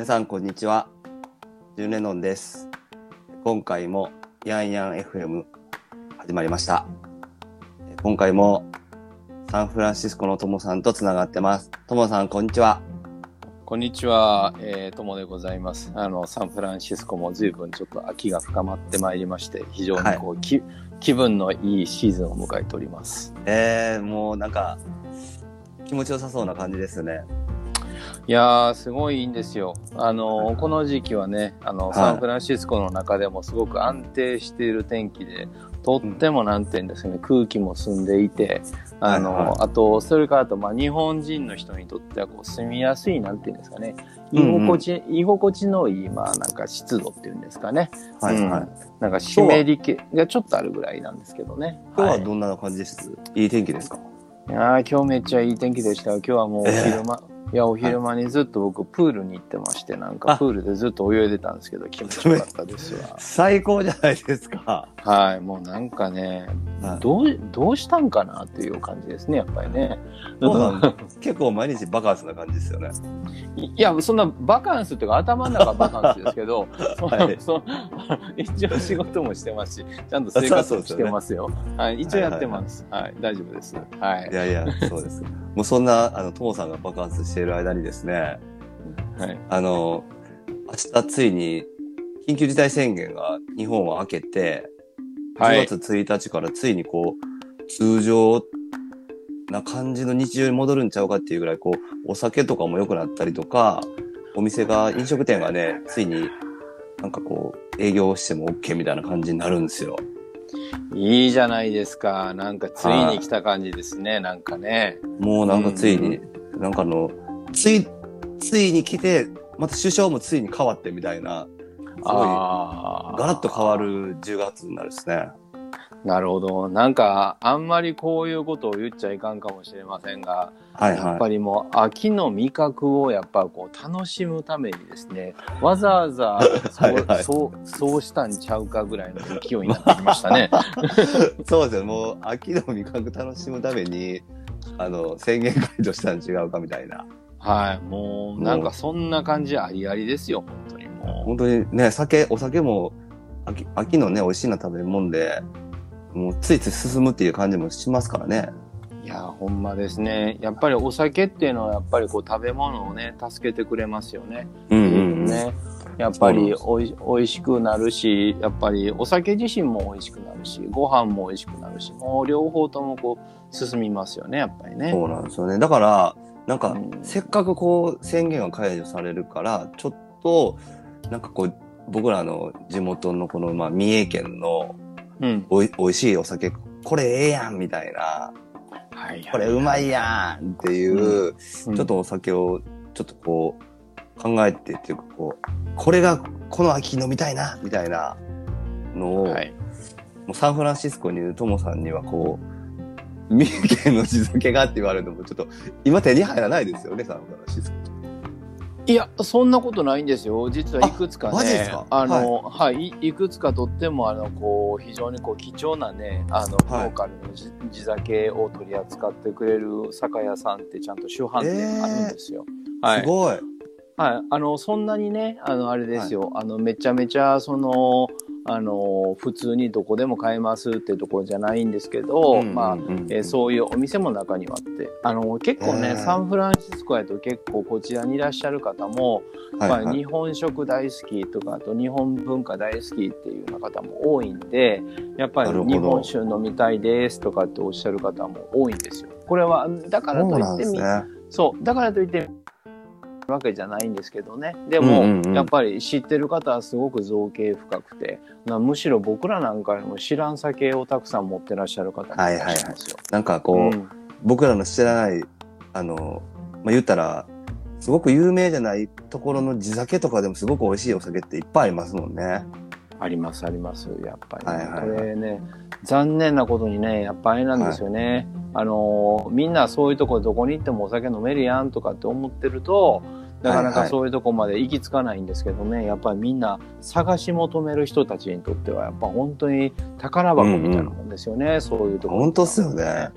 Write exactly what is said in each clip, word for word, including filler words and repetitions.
皆さんこんにちは。ジュンレノンです。今回もヤンヤン エフエム 始まりました。今回もサンフランシスコのともさんとつながってます。ともさんこんにちは。 こんにちは、えー、ともでございます。あのサンフランシスコも随分ちょっと秋が深まってまいりまして、非常にこう、はい、き気分のいいシーズンを迎えております。 えー、もうなんか気持ちよさそうな感じですね。 いやーすごいいいんですよ。あのこの時期はね、あの、はい、サンフランシスコの中でもすごく安定している天気で、とってもなんていうんですかね、空気も澄んでいて、あの、はいはい、あとそれからあとまあ日本人の人にとってはこう住みやすいなんていうんですかね、居心地、うんうん、居心地のいいまあなんか湿度っていうんですかね、はいはい、うん、なんか湿り気がちょっとあるぐらいなんですけどね。 今日はどんな感じです？はい、いい天気ですか？ いや今日めっちゃいい天気でしたよ。今日はもうお昼間、えーいやお昼間にずっと僕プールに行ってまして、なんかプールでずっと泳いでたんですけど気持ちよかったですわ。 最高じゃないですか。 はい、もうなんかね、はい、どうどうしたんかなっていう感じですね、やっぱりね。 結構毎日バカンスな感じですよね。 いやそんなバカンスっていうか頭の中はバカンスですけど、はい、そ一応仕事もしてますし、ちゃんと生活もしてますよ。はい、一応やってます。はい、はいはい、大丈夫です。はい。 いやいやそうです。もうそんなあのともさんがバカンスしている間にですね、はい、あの明日ついに緊急事態宣言が日本は明けて、はい、じゅうがつついたちからついにこう通常な感じの日常に戻るんちゃうかっていうぐらい、こうお酒とかも良くなったりとか、お店が飲食店がねついになんかこう営業しても OK みたいな感じになるんですよ。 いいじゃないですか。なんかついに来た感じですね。なんかね。 もうなんかついに、うん、なんかあのついついに来て、また首相もついに変わってみたいな、すごいガラッと変わるじゅうがつになるですね。 なるほど。なんかあんまりこういうことを言っちゃいかんかもしれませんが、はいはい、やっぱりもう秋の味覚をやっぱこう楽しむためにですね、わざわざそう、はいはい、そうそうしたんちゃうかぐらいの勢いになってきましたね。 そうですよ。もう秋の味覚楽しむためにあの宣言解除したん違うかみたいな。 はい、もうなんかそんな感じありありですよ、本当にもう。 本当にね、酒お酒も秋秋のね美味しいな食べるもんで。もうついつい進むっていう感じもしますからね。 いやほんまですね。やっぱりお酒っていうのはやっぱりこう食べ物をね助けてくれますよね。うんうんうん、ねやっぱりおいおいしくなるし、やっぱりお酒自身もおいしくなるし、ご飯もおいしくなるし、もう両方ともこう進みますよね、やっぱりね。 そうなんですよね。だからなんか、うん、せっかくこう宣言が解除されるからちょっとなんかこう僕らの地元のこのまあ三重県のうん、おい、おいしいお酒、これええやんみたいな、はいはいはい、これうまいやんっていう、うん、ちょっとお酒をちょっとこう考えてっていうかこう、これがこの秋飲みたいなみたいなのを、はい、もうサンフランシスコにいるトモさんにはこう、三重県の地酒がって言われるのもちょっと今手に入らないですよね、サンフランシスコ。 いやそんなことないんですよ。実はいくつかね、あ、あの、はい、はい、いくつかとってもあのこう非常にこう貴重なね、あのローカルの地酒を取り扱ってくれる酒屋さんってちゃんと主販店あるんですよ。 えー、はい、すごい。 はい、あのそんなにね、あのあれですよ、はい、あのめちゃめちゃそのあの普通にどこでも買えますっていうところじゃないんですけど、まあ、えー、そういうお店も中にはあって、あの結構ね、えー、サンフランシスコやと結構こちらにいらっしゃる方も、はいはい、まあ、日本食大好きとかあと日本文化大好きっていうような方も多いんで、やっぱり日本酒飲みたいですとかっておっしゃる方も多いんですよ。これはだからといってみ、そう、ね、そうだからといってわけじゃないんですけどね。でも、うんうんうん、やっぱり知ってる方はすごく造形深くて、むしろ僕らなんかよりも知らん酒をたくさん持ってらっしゃる方もいらっしゃいますよ。はいはいはい、 なんかこう、うん、僕らの知らないあの、まあ、言ったらすごく有名じゃないところの地酒とかでもすごく美味しいお酒っていっぱいありますもんね。 ありますありますやっぱり、ね、はいはいはい、これね残念なことにねやっぱりなんですよね、はい、あのみんなそういうとこどこに行ってもお酒飲めるやんとかって思ってるとなかなかそういうとこまで行き着かないんですけどね、はいはい、やっぱりみんな探し求める人たちにとってはやっぱ本当に宝箱みたいなもんですよね、うんうん、そういうとこ本当っすよね。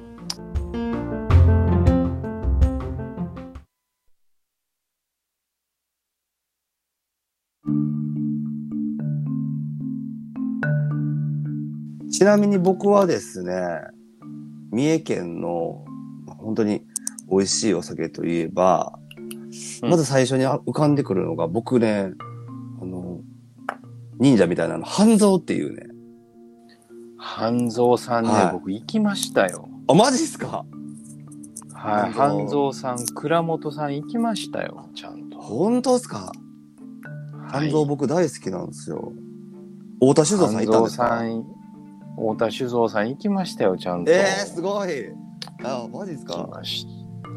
ちなみに僕はですね、三重県の本当に美味しいお酒といえば、うん、まず最初に浮かんでくるのが、僕ね、あの、忍者みたいなの、半蔵っていうね。 半蔵さんね、はい、僕行きましたよ。 あ、マジっすか？ はい、半蔵さん、倉本さん行きましたよ、ちゃんと。 本当ですか？半蔵僕大好きなんですよ。太田酒造さん行ったんですか？ 半蔵さん、太田酒造さん行きましたよ、ちゃんと。 えー、すごい。あ、マジですか？ 行きました。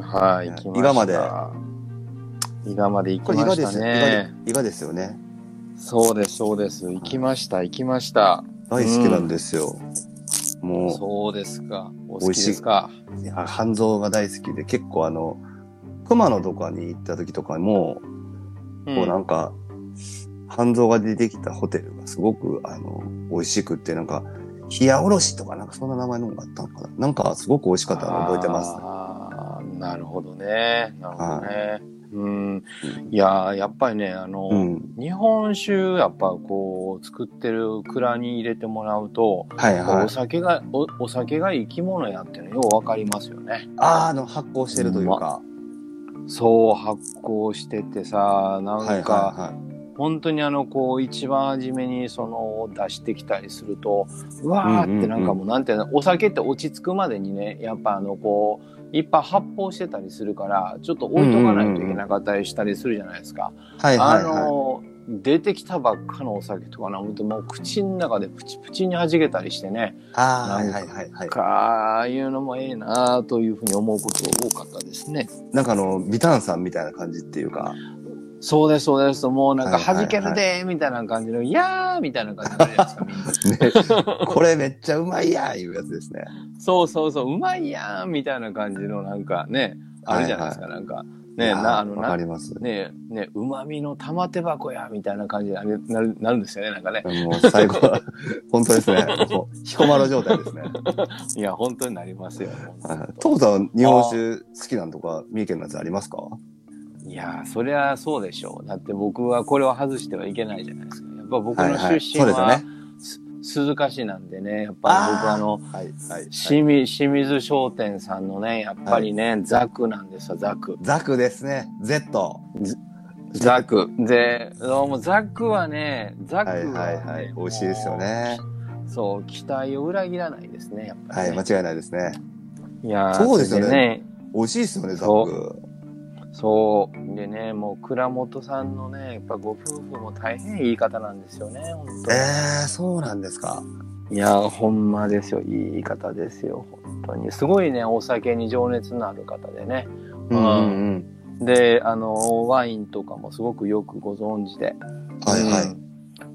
はい、行きました。伊賀まで。 伊賀まで行きましたね。 伊賀ですよね。 そうです、そうです。行きました、行きました。 大好きなんですよ。うん、もう。 そうですか。お好きですか？ いや、半蔵が大好きで、結構あの、熊野とかに行った時とかも、うん、こうなんか、半蔵が出てきたホテルがすごく、あの、美味しくって、なんか、冷やおろしとかなんかそんな名前のがあったのかな。なんかすごく美味しかったのを覚えてます。 ああ、なるほどね。なるほどね。うん、いややっぱりねあの、うん、日本酒やっぱこう作ってる蔵に入れてもらうと、はいはい、お酒が お, お酒が生き物やっていうのよう分かりますよね。 ああの発酵してるというか、 ま、そう発酵しててさなんか、はいはいはい、本当にあのこう一番初めにその出してきたりするとうわーってなんかもうなんていうの、お酒って落ち着くまでにねやっぱあのこういっぱい発泡してたりするからちょっと置いとかないといけなかったりしたりするじゃないですか。はいはいはい、あの出てきたばっかのお酒とかなんてもう口の中でプチプチに弾けたりしてね、 ああはいはいはい、 ああいうのもええなというふうに思うことが多かったですね。 なんかあの微炭酸みたいな感じっていうか。 そうです、そうです。もうなんか弾けるでーみたいな感じの、いやーみたいな感じになるやつか、みんな。ね、これめっちゃうまいやーいうやつですね。 そうそうそう、うまいやーみたいな感じのなんかね、あるじゃないですか、はいはい、なんか。ね、な、あの、 わかります。 ね、ね、うまみの玉手箱やみたいな感じになる、なるんですよね、なんかね。 もう最後は、本当ですね。もう、彦摩呂状態ですね。 いや、本当になりますよ。 トムさん、日本酒好きなんとか、三重県のやつありますか？ いやそりゃそうでしょう。だって僕はこれを外してはいけないじゃないですか。やっぱ僕の出身は、はいはいね、鈴鹿市なんでね、やっぱり僕あの、はいはいはい、清水、清水商店さんのね、やっぱりね、はい、ザクなんですよ、ザク。 ザクですね、Z。 ザク。で、もうザクはね、ザクは、ね、はいはいはい、 美味しいですよね。 そう、期待を裏切らないですね、やっぱり、ね。 はい、間違いないですね。 いやそうですよね。ね美味しいですよね、ザク。 そうでねもう倉本さんのねやっぱご夫婦も大変いい方なんですよね本当に。 えー、そうなんですか。 いやほんまですよいい方ですよ本当にすごいねお酒に情熱のある方でね、うんうんうん、であのワインとかもすごくよくご存知で、 はいはい、 うん、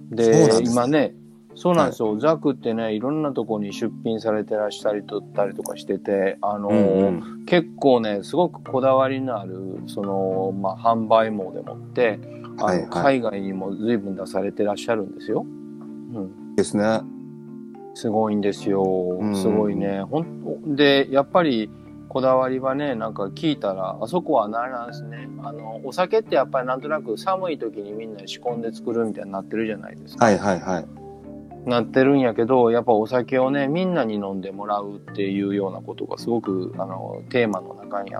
で今ねそうなんですよ、はい、ザクってねいろんなとこに出品されてらっしゃりとったりとかしててあの、うんうん、結構ねすごくこだわりのあるその、まあ、販売網でもってあの、はいはい、海外にも随分出されてらっしゃるんですよ、うん、 ですねすごいんですよすごいね、うん、ほんでやっぱりこだわりはねなんか聞いたらあそこはななんですねあのお酒ってやっぱりなんとなく寒い時にみんな仕込んで作るみたいになってるじゃないですか。 はいはいはいなってるんやけどやっぱお酒をねみんなに飲んでもらうっていうようなことがすごくあのテーマの中にあって、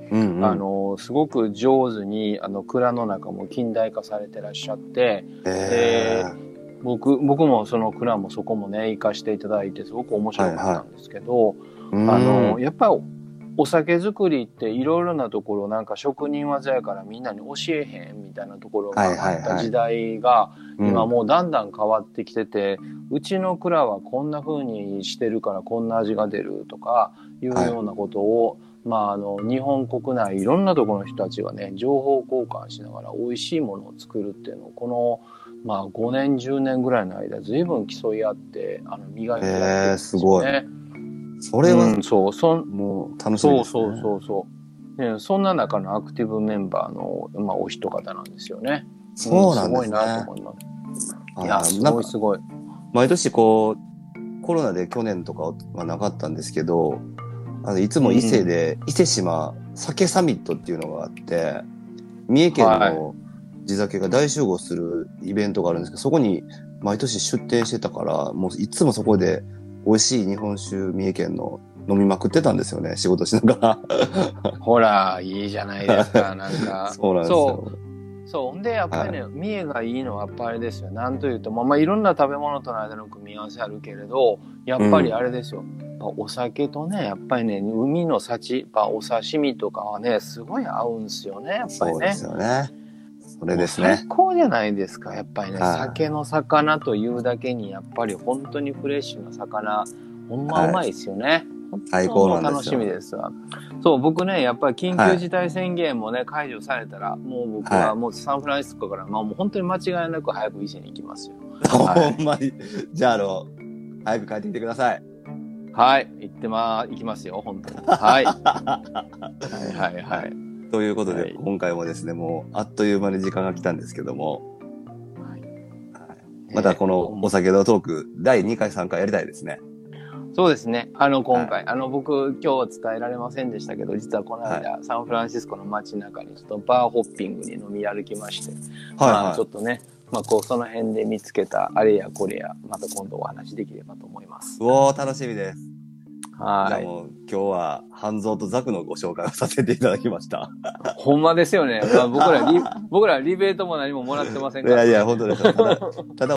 うんうん、あのすごく上手にあの蔵の中も近代化されてらっしゃって、えー、僕僕もその蔵もそこもね行かしていただいてすごく面白かったんですけど、はいはい、あのやっぱりお酒作りっていろいろなところなんか職人技やからみんなに教えへんみたいなところがあった時代が今もうだんだん変わってきてて、うん、うちの蔵はこんな風にしてるからこんな味が出るとかいうようなことを、はいまあ、あの日本国内いろんなところの人たちがね情報交換しながら美味しいものを作るっていうのをこの、まあ、ごねんじゅうねんぐらいの間随分競い合ってあの磨いてやってるんですよね。 それは、 うん、そうそんもう楽しみですね。 そうそうそうそう、ね、そんな中のアクティブメンバーの、まあ、お一方なんですよね。 そうなんですね、うん、 すごいなと思います。いやすごいすごい。 毎年こうコロナで去年とかはなかったんですけどあのいつも伊勢で、うん、伊勢志摩酒サミットっていうのがあって三重県の地酒が大集合するイベントがあるんですけど、はい、そこに毎年出店してたからもういつもそこで美味しい日本酒、三重県の飲みまくってたんですよね、仕事しながら。ほら、いいじゃないですか、なんか。 そうなんですよ。 そう。ほんで、やっぱりね、はい、三重がいいのはやっぱりあれですよ。なんというと、まあ、まあ、いろんな食べ物との間の組み合わせあるけれど、やっぱりあれですよ。うん、やっぱお酒とね、やっぱりね、海の幸、やっぱお刺身とかはね、すごい合うんすよね、やっぱりね。 そうですよね。それですね。 最高じゃないですか、やっぱりね。酒の魚というだけに、やっぱり本当にフレッシュな魚、ほんまうまいですよね。はい、 最高なんですよ。 楽しみですわ。そう、僕ね、やっぱり緊急事態宣言もね、はい、解除されたら、もう僕はもうサンフランシスコから、まあもう本当に間違いなく早く伊勢に行きますよ。 はい、ほんまに。じゃあ、あの、早く帰ってきてください。 はい、行ってま、行きますよ、本当に。はい。はいはいはい。 ということで、はい、今回もですね、もう、あっという間に時間が来たんですけども、はい、またこのお酒のトーク、だいにかい、さんかいやりたいですね。 そうですね。あの、今回、はい、あの、僕、今日は伝えられませんでしたけど、実はこの間、はい、サンフランシスコの街中に、ちょっとバーホッピングに飲み歩きまして、はい、まあ、ちょっとね、まあ、こう、その辺で見つけた、あれやこれや、また今度お話できればと思います。 うおー、楽しみです。 はい。 じゃあもう、今日は、半蔵とザクのご紹介をさせていただきました。 ほんまですよね。まあ、僕らリ、僕らリベートも何ももらってませんから、 ね。いやいや、本当です。ただ、ただ